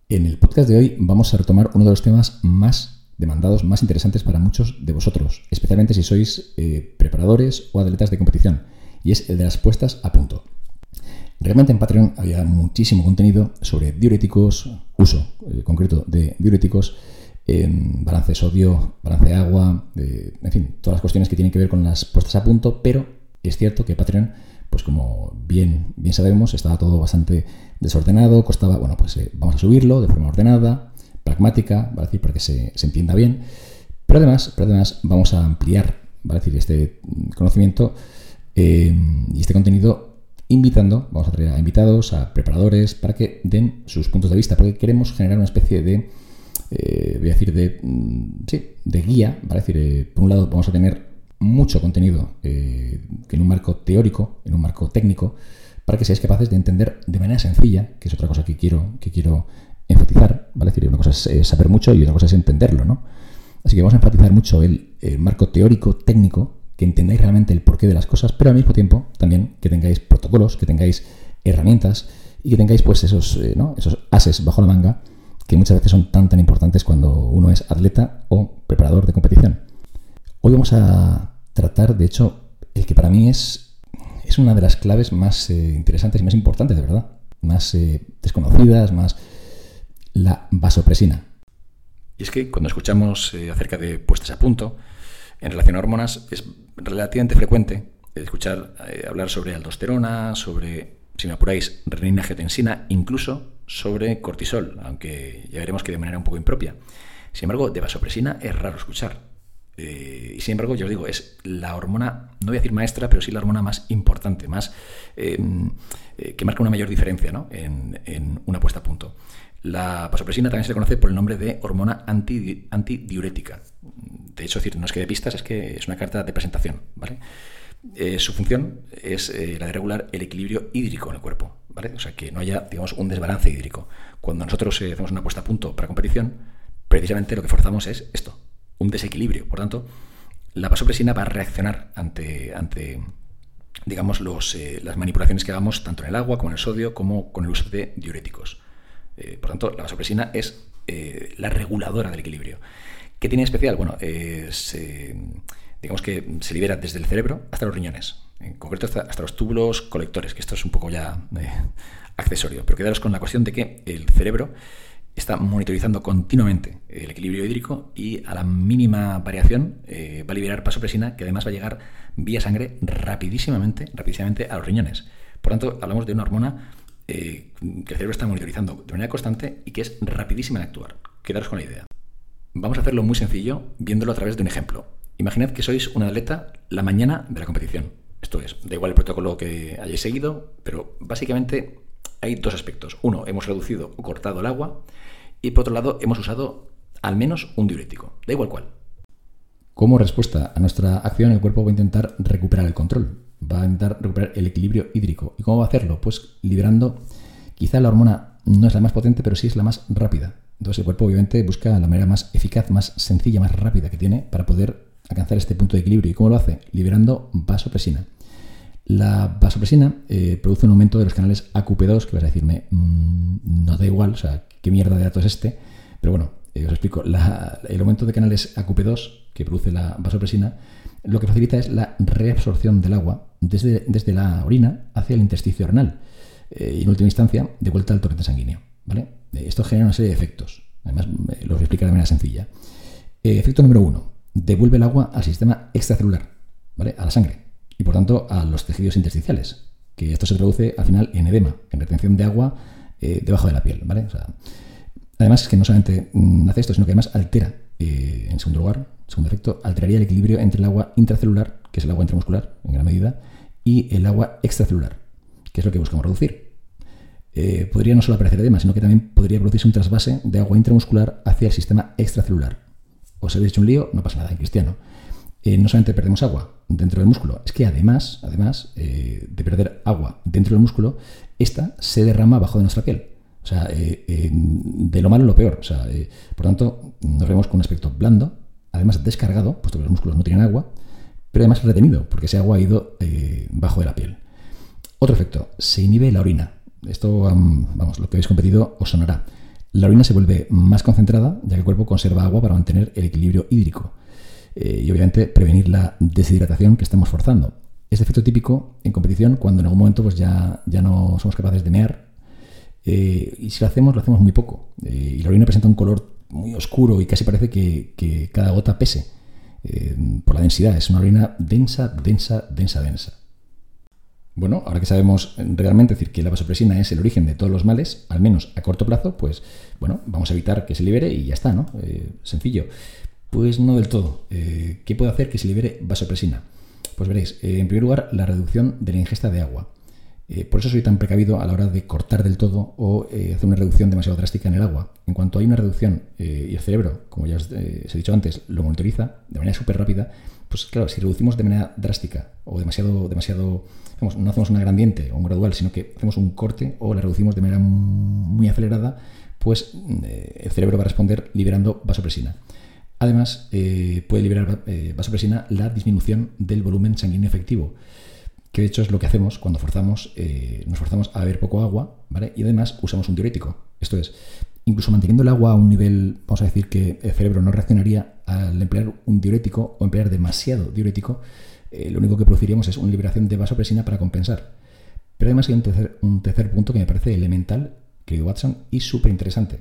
En el podcast de hoy vamos a retomar uno de los temas más demandados, más interesantes para muchos de vosotros, especialmente si sois preparadores o atletas de competición, y es el de las puestas a punto. Realmente en Patreon había muchísimo contenido sobre diuréticos, uso concreto de diuréticos, balance de sodio, balance de agua, en fin, todas las cuestiones que tienen que ver con las puestas a punto, pero es cierto que Patreon, pues como bien sabemos, estaba todo bastante desordenado, costaba, vamos a subirlo de forma ordenada, pragmática, ¿vale? Decir, para que se entienda bien, pero además vamos a ampliar, ¿vale? Decir, este conocimiento y este contenido vamos a traer a invitados, a preparadores, para que den sus puntos de vista, porque queremos generar una especie de de guía, ¿vale? Es decir, por un lado vamos a tener mucho contenido que en un marco teórico, en un marco técnico, para que seáis capaces de entender de manera sencilla, que es otra cosa que quiero enfatizar, ¿vale? Es decir, una cosa es saber mucho y otra cosa es entenderlo, ¿no? Así que vamos a enfatizar mucho el marco teórico, técnico, que entendáis realmente el porqué de las cosas, pero al mismo tiempo también que tengáis protocolos, que tengáis herramientas y que tengáis pues esos ases bajo la manga que muchas veces son tan importantes cuando uno es atleta o preparador de competición. Hoy vamos a tratar, de hecho, el que para mí es una de las claves más interesantes y más importantes, de verdad, más desconocidas, más la vasopresina. Y es que cuando escuchamos acerca de puestas a punto en relación a hormonas, es relativamente frecuente escuchar hablar sobre aldosterona, sobre, si me apuráis, renina-angiotensina, incluso sobre cortisol, aunque ya veremos que de manera un poco impropia. Sin embargo, de vasopresina es raro escuchar. Y sin embargo, yo os digo, es la hormona, no voy a decir maestra, pero sí la hormona más importante, más que marca una mayor diferencia, ¿no? en una puesta a punto. La vasopresina también se le conoce por el nombre de hormona antidiurética. De hecho, no es que de pistas, es que es una carta de presentación, ¿vale? Su función es la de regular el equilibrio hídrico en el cuerpo, ¿vale? O sea, que no haya, digamos, un desbalance hídrico. Cuando nosotros hacemos una puesta a punto para competición, precisamente lo que forzamos es esto, un desequilibrio. Por tanto, la vasopresina va a reaccionar ante digamos, las manipulaciones que hagamos tanto en el agua como en el sodio, como con el uso de diuréticos. Por tanto, la vasopresina es la reguladora del equilibrio. ¿Qué tiene de especial? Bueno, digamos que se libera desde el cerebro hasta los riñones, en concreto hasta los túbulos colectores, que esto es un poco ya accesorio, pero quedaros con la cuestión de que el cerebro está monitorizando continuamente el equilibrio hídrico y a la mínima variación va a liberar vasopresina, que además va a llegar vía sangre rapidísimamente a los riñones. Por tanto, hablamos de una hormona que el cerebro está monitorizando de manera constante y que es rapidísima en actuar. Quedaros con la idea. Vamos a hacerlo muy sencillo, viéndolo a través de un ejemplo. Imaginad que sois un atleta la mañana de la competición. Esto es, da igual el protocolo que hayáis seguido, pero básicamente hay dos aspectos. Uno, hemos reducido o cortado el agua, y por otro lado, hemos usado al menos un diurético. Da igual cuál. Como respuesta a nuestra acción, el cuerpo va a intentar recuperar el control. Va a intentar recuperar el equilibrio hídrico. ¿Y cómo va a hacerlo? Pues liberando, quizá la hormona no es la más potente, pero sí es la más rápida. Entonces el cuerpo obviamente busca la manera más eficaz, más sencilla, más rápida que tiene para poder alcanzar este punto de equilibrio. ¿Y cómo lo hace? Liberando vasopresina. La vasopresina produce un aumento de los canales AQP2, que vas a decirme, no da igual, o sea, qué mierda de dato es este, pero bueno, os explico. El aumento de canales AQP2 que produce la vasopresina lo que facilita es la reabsorción del agua desde la orina hacia el intersticio renal y en última instancia de vuelta al torrente sanguíneo, ¿vale? Esto genera una serie de efectos, además lo voy a explicar de manera sencilla. Efecto número 1, devuelve el agua al sistema extracelular, ¿vale? A la sangre y por tanto a los tejidos intersticiales, que esto se traduce al final en edema, en retención de agua debajo de la piel, ¿vale? O sea, además es que no solamente hace esto, sino que además altera, en segundo efecto, alteraría el equilibrio entre el agua intracelular, que es el agua intramuscular en gran medida, y el agua extracelular, que es lo que buscamos reducir. Podría no solo aparecer edema, sino que también podría producirse un trasvase de agua intramuscular hacia el sistema extracelular. Os habéis hecho un lío, no pasa nada en cristiano. No solamente perdemos agua dentro del músculo, es que además de perder agua dentro del músculo, esta se derrama abajo de nuestra piel. O sea, de lo malo lo peor. O sea, por tanto, nos vemos con un aspecto blando, además descargado, puesto que los músculos no tienen agua, pero además retenido, porque ese agua ha ido bajo de la piel. Otro efecto, se inhibe la orina. Esto, lo que habéis competido os sonará. la orina se vuelve más concentrada, ya que el cuerpo conserva agua para mantener el equilibrio hídrico y obviamente prevenir la deshidratación que estamos forzando. Es efecto típico en competición cuando en algún momento pues ya no somos capaces de mear, y si lo hacemos muy poco. Y la orina presenta un color muy oscuro y casi parece que cada gota pese por la densidad. Es una orina densa, densa, densa, densa. Bueno, ahora que sabemos realmente decir que la vasopresina es el origen de todos los males, al menos a corto plazo, pues bueno, vamos a evitar que se libere y ya está, ¿no? Sencillo. Pues no del todo. ¿Qué puede hacer que se libere vasopresina? Pues veréis, en primer lugar, la reducción de la ingesta de agua. Por eso soy tan precavido a la hora de cortar del todo o hacer una reducción demasiado drástica en el agua. En cuanto hay una reducción y el cerebro, como ya os he dicho antes, lo monitoriza de manera súper rápida, pues claro, si reducimos de manera drástica o demasiado, vamos, no hacemos una gradiente o un gradual, sino que hacemos un corte o la reducimos de manera muy acelerada, pues el cerebro va a responder liberando vasopresina. Además, puede liberar vasopresina la disminución del volumen sanguíneo efectivo, que de hecho es lo que hacemos cuando nos forzamos a beber poco agua, ¿vale? Y además usamos un diurético. Esto es, incluso manteniendo el agua a un nivel, vamos a decir que el cerebro no reaccionaría al emplear un diurético o emplear demasiado diurético, lo único que produciríamos es una liberación de vasopresina para compensar. Pero además hay un tercer punto que me parece elemental, querido Watson, y súper interesante.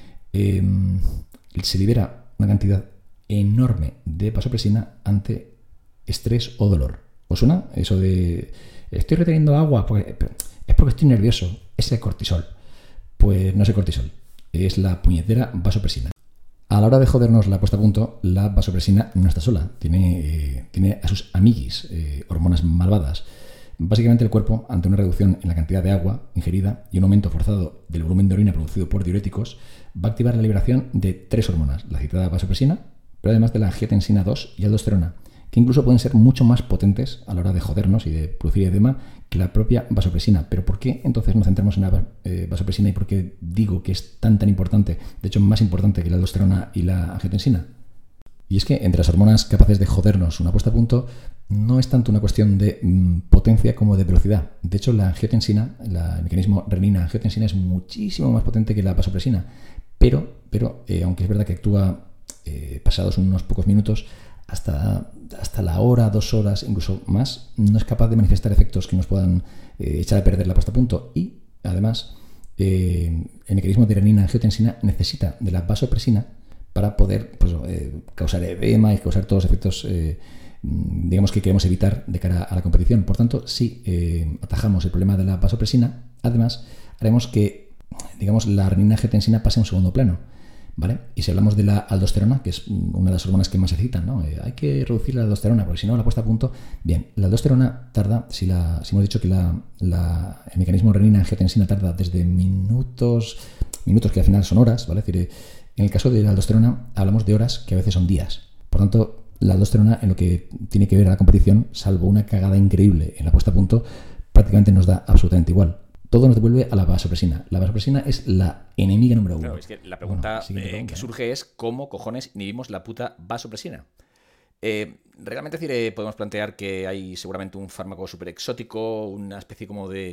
Se libera una cantidad enorme de vasopresina ante estrés o dolor. ¿Os suena eso de estoy reteniendo agua? Es porque estoy nervioso. Es el cortisol. Pues no es el cortisol, es la puñetera vasopresina. A la hora de jodernos la puesta a punto, la vasopresina no está sola. Tiene a sus amiguis, hormonas malvadas. Básicamente el cuerpo, ante una reducción en la cantidad de agua ingerida y un aumento forzado del volumen de orina producido por diuréticos, va a activar la liberación de 3 hormonas, la citada vasopresina, pero además de la angiotensina 2 y aldosterona, que incluso pueden ser mucho más potentes a la hora de jodernos y de producir edema que la propia vasopresina. Pero ¿por qué entonces nos centramos en la vasopresina y por qué digo que es tan importante, de hecho más importante que la aldosterona y la angiotensina? Y es que entre las hormonas capaces de jodernos una puesta a punto, no es tanto una cuestión de potencia como de velocidad. De hecho, la angiotensina, el mecanismo renina-angiotensina es muchísimo más potente que la vasopresina. Pero aunque es verdad que actúa pasados unos pocos minutos, hasta la hora, 2 horas, incluso más, no es capaz de manifestar efectos que nos puedan echar a perder la puesta a punto. Y además, el mecanismo de renina-angiotensina necesita de la vasopresina para poder causar edema y causar todos los efectos digamos que queremos evitar de cara a la competición. Por tanto, si atajamos el problema de la vasopresina, además haremos que digamos la renina-angiotensina pase a un segundo plano, ¿vale? Y si hablamos de la aldosterona, que es una de las hormonas que más se citan, ¿no? Hay que reducir la aldosterona porque si no la puesta a punto. Bien, la aldosterona tarda, si hemos dicho que el mecanismo renina-angiotensina tarda desde minutos que al final son horas, ¿vale? Es decir, en el caso de la aldosterona hablamos de horas que a veces son días. Por tanto, la aldosterona en lo que tiene que ver a la competición, salvo una cagada increíble en la puesta a punto, prácticamente nos da absolutamente igual. Todo nos devuelve a la vasopresina. La vasopresina es la enemiga número 1. Claro, es que la pregunta que surge es ¿cómo cojones inhibimos la puta vasopresina? Realmente podemos plantear que hay seguramente un fármaco súper exótico, una especie como de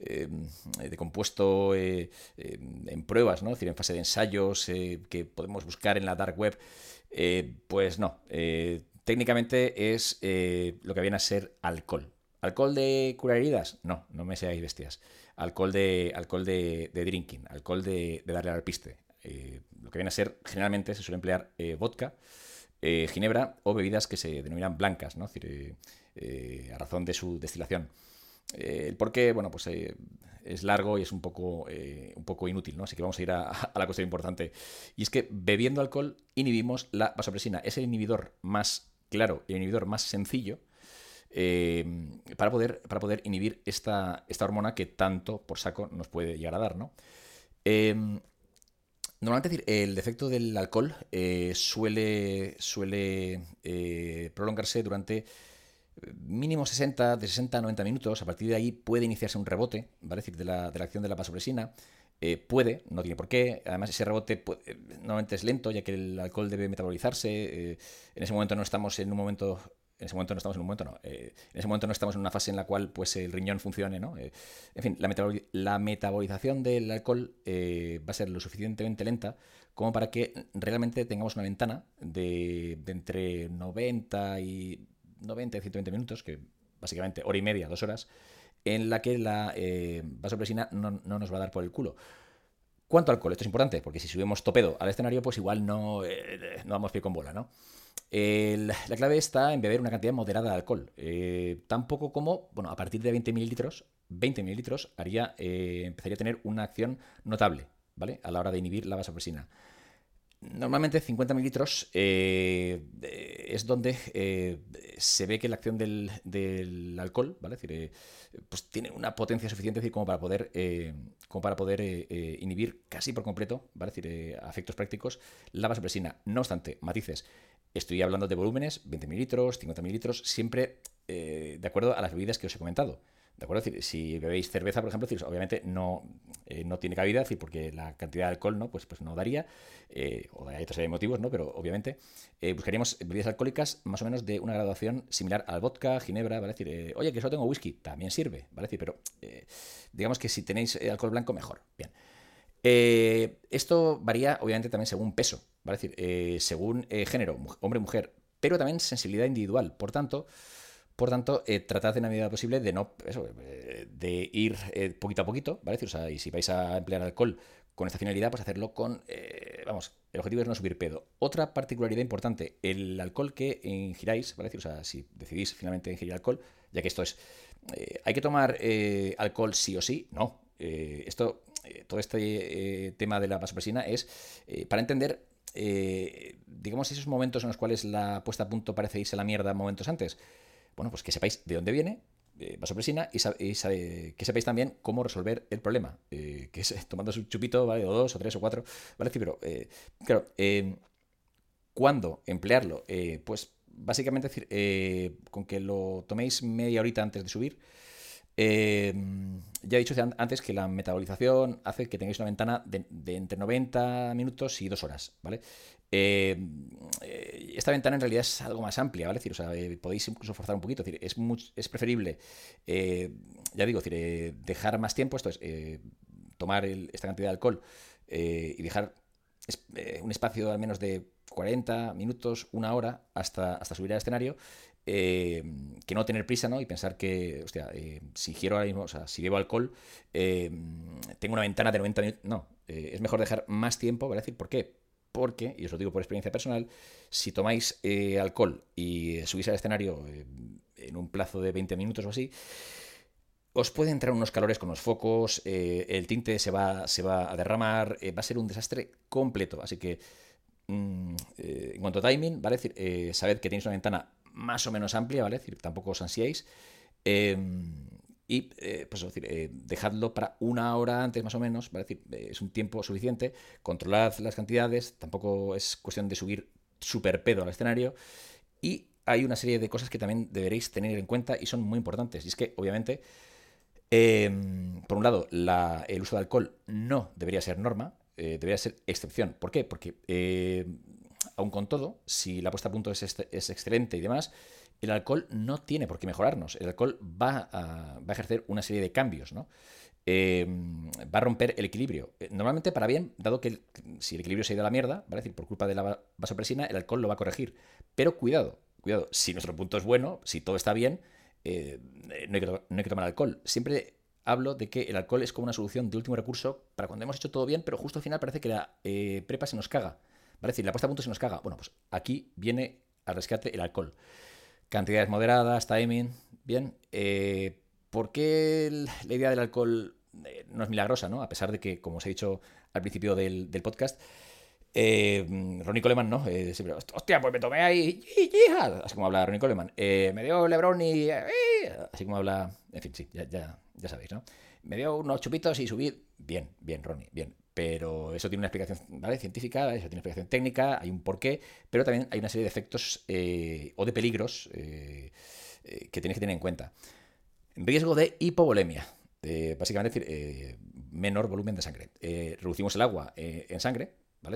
compuesto en pruebas, ¿no? Es decir, en fase de ensayos que podemos buscar en la dark web. Pues no. Técnicamente es lo que viene a ser alcohol. ¿Alcohol de curar heridas? No me seáis bestias. Alcohol de drinking, alcohol de darle al piste. Lo que viene a ser, generalmente se suele emplear vodka, ginebra o bebidas que se denominan blancas, ¿no? Es decir, a razón de su destilación. El porqué, bueno, pues es largo y es un poco inútil, ¿no? Así que vamos a ir a la cuestión importante. Y es que bebiendo alcohol inhibimos la vasopresina. Es el inhibidor más claro, el inhibidor más sencillo para poder inhibir esta hormona que tanto por saco nos puede llegar a dar, ¿no? Normalmente el efecto del alcohol suele prolongarse durante mínimo de 60 a 90 minutos. A partir de ahí puede iniciarse un rebote, ¿vale? Es decir, de la acción de la vasopresina. No tiene por qué. Además, ese rebote normalmente es lento, ya que el alcohol debe metabolizarse. En ese momento no estamos en un momento en ese momento no estamos en un momento, no. En ese momento no estamos en una fase en la cual pues el riñón funcione, ¿no? En fin, la metabolización del alcohol va a ser lo suficientemente lenta como para que realmente tengamos una ventana de entre 90 y 120 minutos, que básicamente hora y media, 2 horas, en la que la vasopresina no nos va a dar por el culo. ¿Cuánto alcohol? Esto es importante, porque si subimos topedo al escenario, pues igual no vamos pie con bola, ¿no? La clave está en beber una cantidad moderada de alcohol. Tampoco como, bueno, a partir de 20 mililitros empezaría a tener una acción notable, ¿vale? A la hora de inhibir la vasopresina. Normalmente 50 mililitros es donde se ve que la acción del alcohol, ¿vale? Es decir, pues tiene una potencia suficiente, es decir, como para poder inhibir casi por completo, ¿vale? Es decir, a efectos prácticos, la vasopresina. No obstante, matices. Estoy hablando de volúmenes, 20 mililitros, 50 mililitros, siempre de acuerdo a las bebidas que os he comentado. ¿De acuerdo? Es decir, si bebéis cerveza, por ejemplo, es decir, obviamente no tiene cabida, es decir, porque la cantidad de alcohol, ¿no? Pues no daría, o hay otra serie de motivos, ¿no? Pero obviamente buscaríamos bebidas alcohólicas más o menos de una graduación similar al vodka, ginebra, ¿vale? Es decir, oye, que solo tengo whisky, también sirve, ¿vale? Es decir, pero digamos que si tenéis alcohol blanco, mejor. Bien. Esto varía, obviamente, también según peso, ¿vale? Es decir, según género, hombre-mujer, pero también sensibilidad individual. Por tanto, tratad en la medida posible de no de ir poquito a poquito, ¿vale? O sea, y si vais a emplear alcohol con esta finalidad, pues hacerlo con, el objetivo es no subir pedo. Otra particularidad importante, el alcohol que ingiráis, ¿vale? O sea, si decidís finalmente ingerir alcohol, ya que esto es, ¿hay que tomar alcohol sí o sí? No. Todo este tema de la vasopresina es para entender, digamos, esos momentos en los cuales la puesta a punto parece irse a la mierda momentos antes. Bueno, pues que sepáis de dónde viene vasopresina y que sepáis también cómo resolver el problema, que es tomando un chupito, ¿vale? O 2, o 3, o 4, ¿vale? Sí, pero, claro, ¿cuándo emplearlo? Pues básicamente con que lo toméis media horita antes de subir. Ya he dicho antes que la metabolización hace que tengáis una ventana de entre 90 minutos y 2 horas, ¿vale? Esta ventana en realidad es algo más amplia, ¿vale? Es decir, o sea, podéis incluso forzar un poquito, es decir, es preferible, ya digo, es decir, dejar más tiempo, esto es, tomar esta cantidad de alcohol y dejar un espacio al menos de 40 minutos, una hora, hasta subir al escenario, que no tener prisa, ¿no? Y pensar que, hostia, si quiero ahora mismo, o sea, si bebo alcohol, tengo una ventana de 90 minutos. No, es mejor dejar más tiempo, ¿vale? Decir, ¿por qué? Porque, y os lo digo por experiencia personal, si tomáis alcohol y subís al escenario en un plazo de 20 minutos o así, os puede entrar unos calores con los focos, el tinte se va a derramar, va a ser un desastre completo. Así que, en cuanto a timing, ¿vale? Es decir, sabed que tenéis una ventana más o menos amplia, ¿vale? Es decir, tampoco os ansiéis. Pues es decir, dejadlo para una hora antes más o menos, ¿vale? Es decir, es un tiempo suficiente. Controlad las cantidades, tampoco es cuestión de subir súper pedo al escenario. Y hay una serie de cosas que también deberéis tener en cuenta y son muy importantes. Y es que, obviamente, por un lado, el uso de alcohol no debería ser norma, debería ser excepción. ¿Por qué? Porque, aun con todo, si la puesta a punto es excelente y demás, el alcohol no tiene por qué mejorarnos. El alcohol va a ejercer una serie de cambios, ¿no? Va a romper el equilibrio. Normalmente para bien, dado que si el equilibrio se ha ido a la mierda, ¿vale? Es decir, por culpa de la vasopresina, el alcohol lo va a corregir. Pero cuidado, si nuestro punto es bueno, si todo está bien, no hay que tomar alcohol. Siempre hablo de que el alcohol es como una solución de último recurso para cuando hemos hecho todo bien, pero justo al final parece que la prepa se nos caga. ¿Vale? Es decir, la puesta a punto se nos caga. Bueno, pues aquí viene al rescate el alcohol. Cantidades moderadas, timing, bien. ¿Por qué la idea del alcohol no es milagrosa, ¿no? A pesar de que, como os he dicho al principio del podcast, Ronnie Coleman, ¿no? Siempre, hostia, pues me tomé ahí, así como habla Ronnie Coleman. Me dio Lebron y... así como habla... En fin, sí, ya sabéis, ¿no? Me dio unos chupitos y subí... Bien, Ronnie, bien. Pero eso tiene una explicación, ¿vale? Científica, eso tiene una explicación técnica, hay un porqué, pero también hay una serie de efectos o de peligros que tenéis que tener en cuenta. Riesgo de hipovolemia. Básicamente, es decir, menor volumen de sangre. Reducimos el agua en sangre, ¿vale? Es decir,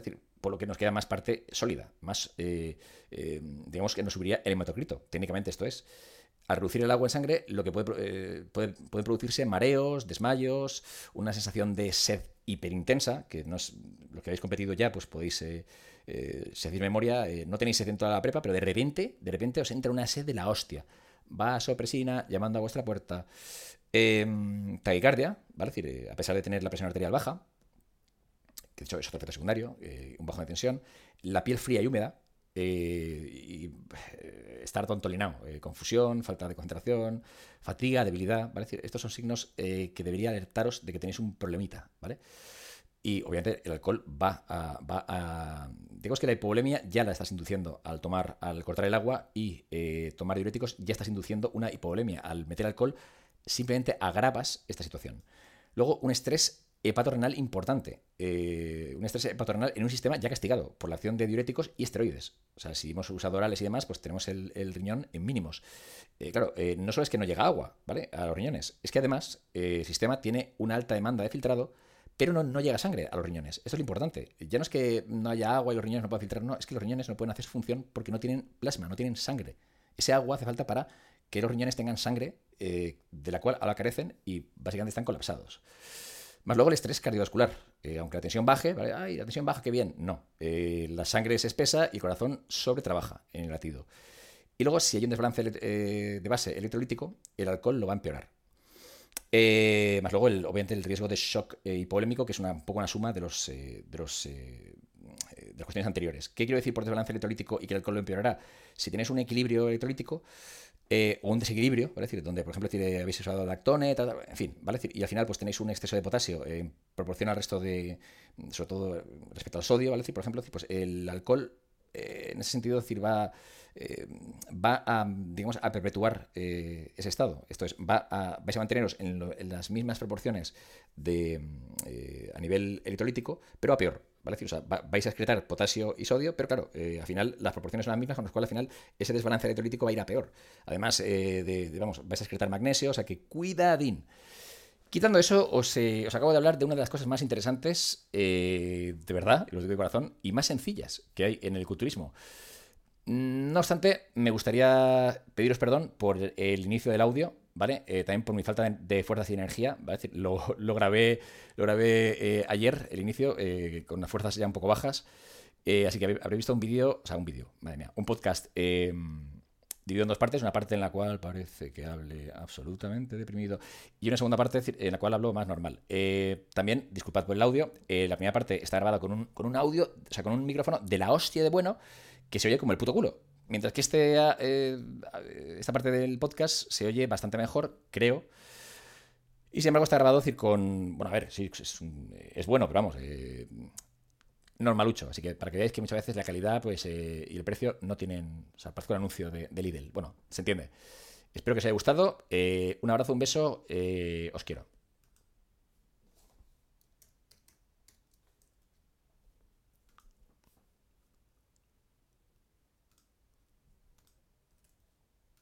por lo que nos queda más parte sólida, más, digamos que nos subiría el hematocrito. Técnicamente esto es. Al reducir el agua en sangre, lo que pueden producirse mareos, desmayos, una sensación de sed hiperintensa, que no es lo que habéis competido ya, pues podéis, si hacéis memoria, no tenéis sed en toda la prepa, pero de repente os entra una sed de la hostia. Vasopresina, llamando a vuestra puerta. Taquicardia, ¿vale? Es decir, a pesar de tener la presión arterial baja, que de hecho es otro efecto secundario, un bajón de tensión, la piel fría y húmeda, y estar tontolinado, confusión, falta de concentración, fatiga, debilidad, ¿vale? Es decir, estos son signos que debería alertaros de que tenéis un problemita, ¿vale? Y obviamente el alcohol digamos que la hipovolemia ya la estás induciendo al cortar el agua y tomar diuréticos, ya estás induciendo una hipovolemia. Al meter alcohol simplemente agravas esta situación. Luego, un estrés hepatorrenal importante. Un estrés hepatorrenal en un sistema ya castigado por la acción de diuréticos y esteroides. O sea, si hemos usado orales y demás, pues tenemos el riñón en mínimos. Claro, no solo es que no llega agua, ¿vale?, a los riñones, es que además el sistema tiene una alta demanda de filtrado, pero no llega sangre a los riñones. Esto es lo importante. Ya no es que no haya agua y los riñones no puedan filtrar, no, es que los riñones no pueden hacer su función porque no tienen plasma, no tienen sangre. Ese agua hace falta para que los riñones tengan sangre, de la cual ahora carecen y básicamente están colapsados. Más luego el estrés cardiovascular. Aunque la tensión baje, ¿vale? ¡Ay, la tensión baja, qué bien! No. La sangre se espesa y el corazón sobretrabaja en el latido. Y luego, si hay un desbalance de base electrolítico, el alcohol lo va a empeorar. Más luego, obviamente, el riesgo de shock hipovolémico, que es un poco una suma de las cuestiones anteriores. ¿Qué quiero decir por desbalance electrolítico y que el alcohol lo empeorará? Si tenéis un equilibrio electrolítico, o un desequilibrio, ¿vale? Es decir, donde, por ejemplo, habéis usado lactone, en fin, ¿vale? Es decir, y al final pues tenéis un exceso de potasio en proporción al resto sobre todo respecto al sodio, ¿vale? Es decir, por ejemplo, pues el alcohol, en ese sentido, es decir, va a, digamos, a perpetuar ese estado. Esto es, vais a manteneros en las mismas proporciones a nivel electrolítico, pero a peor, ¿vale? Es decir, o sea, vais a excretar potasio y sodio, pero claro, al final las proporciones son las mismas, con lo cual al final ese desbalance electrolítico va a ir a peor. Además, vais a excretar magnesio, o sea que cuidadín. Quitando eso, os acabo de hablar de una de las cosas más interesantes, de verdad, y os digo de corazón, y más sencillas que hay en el culturismo. No obstante, me gustaría pediros perdón por el inicio del audio, ¿vale? También por mi falta de fuerzas y energía, ¿vale? Es decir, lo grabé ayer, el inicio, con las fuerzas ya un poco bajas. Así que habréis visto un podcast dividido en dos partes, una parte en la cual parece que hable absolutamente deprimido y una segunda parte en la cual hablo más normal. También, disculpad por el audio, la primera parte está grabada con un audio, o sea, con un micrófono de la hostia de bueno, que se oye como el puto culo. Mientras que esta parte del podcast se oye bastante mejor, creo. Y sin embargo está grabado, decir, bueno, a ver, sí, es bueno, pero vamos, normalucho. Así que para que veáis que muchas veces la calidad pues y el precio no tienen... O sea, parece un anuncio de Lidl. Bueno, se entiende. Espero que os haya gustado. Un abrazo, un beso. Os quiero.